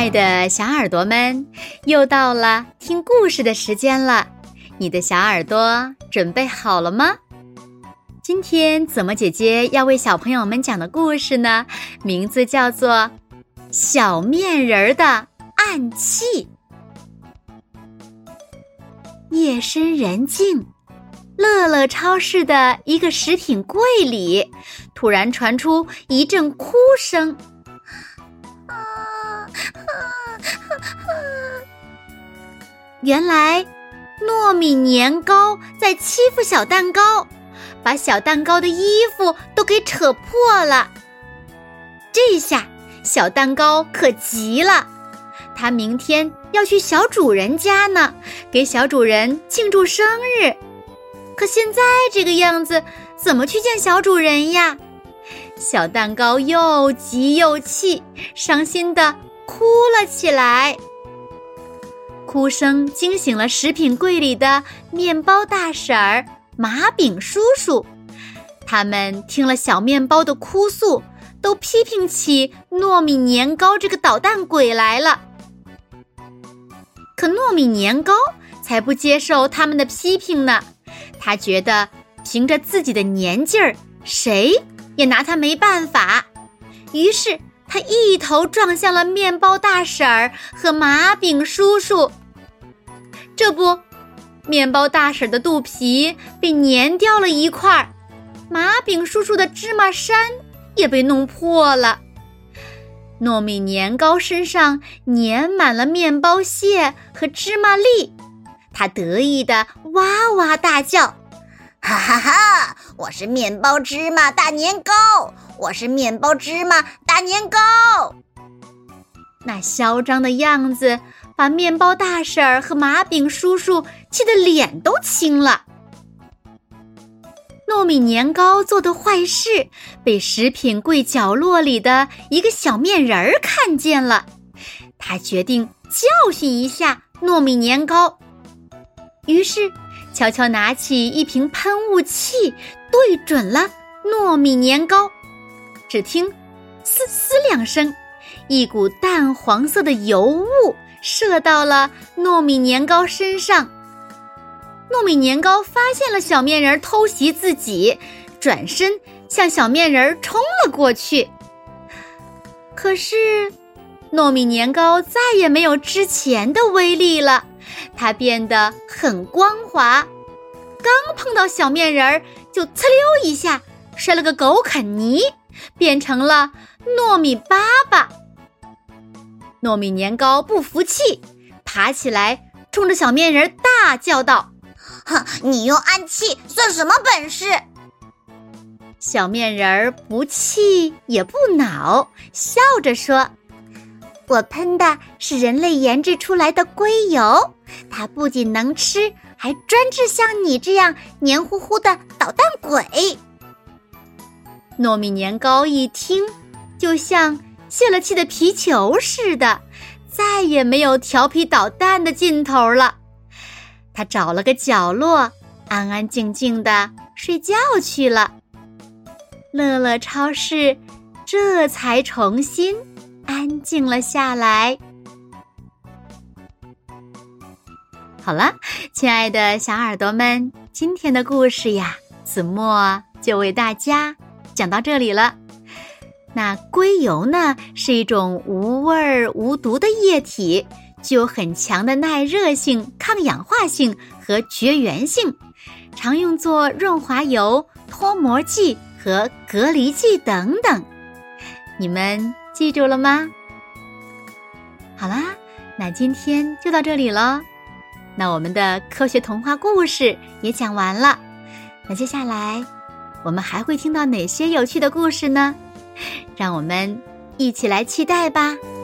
爱的小耳朵们，又到了听故事的时间了，你的小耳朵准备好了吗？今天子墨姐姐要为小朋友们讲的故事呢，名字叫做《小面人的暗器》。夜深人静，乐乐超市的一个食品柜里，突然传出一阵哭声。原来糯米年糕在欺负小蛋糕，把小蛋糕的衣服都给扯破了。这下小蛋糕可急了，他明天要去小主人家呢，给小主人庆祝生日。可现在这个样子，怎么去见小主人呀？小蛋糕又急又气，伤心地哭了起来。哭声惊醒了食品柜里的面包大婶儿、麻饼叔叔，他们听了小面包的哭诉，都批评起糯米年糕这个捣蛋鬼来了。可糯米年糕才不接受他们的批评呢，他觉得凭着自己的年劲儿，谁也拿他没办法。于是他一头撞向了面包大婶儿和麻饼叔叔。这不，面包大婶的肚皮被碾掉了一块，麻饼叔叔的芝麻衫也被弄破了。糯米年糕身上粘满了面包屑和芝麻粒，他得意地哇哇大叫： 哈哈哈！我是面包芝麻大年糕，我是面包芝麻大年糕。 那嚣张的样子把面包大婶儿和麻饼叔叔气得脸都青了。糯米年糕做的坏事被食品柜角落里的一个小面人儿看见了，他决定教训一下糯米年糕。于是悄悄拿起一瓶喷雾器，对准了糯米年糕。只听嘶嘶两声，一股淡黄色的油雾射到了糯米年糕身上。糯米年糕发现了小面人偷袭自己，转身向小面人冲了过去。可是糯米年糕再也没有之前的威力了，它变得很光滑，刚碰到小面人就呲溜一下摔了个狗啃泥，变成了糯米粑粑。糯米年糕不服气，爬起来冲着小面人大叫道： 哼，你用暗器算什么本事？ 小面人不气也不恼，笑着说：我喷的是人类研制出来的硅油，它不仅能吃，还专治像你这样黏糊糊的捣蛋鬼。糯米年糕一听，就像泄了气的皮球似的，再也没有调皮捣蛋的劲头了。他找了个角落，安安静静地睡觉去了。乐乐超市这才重新安静了下来。好了，亲爱的小耳朵们，今天的故事呀，子墨就为大家讲到这里了。那硅油呢，是一种无味无毒的液体，具有很强的耐热性、抗氧化性和绝缘性，常用作润滑油、脱膜剂和隔离剂等等。你们记住了吗？好啦，那今天就到这里了。那我们的科学童话故事也讲完了，那接下来我们还会听到哪些有趣的故事呢？让我们一起来期待吧。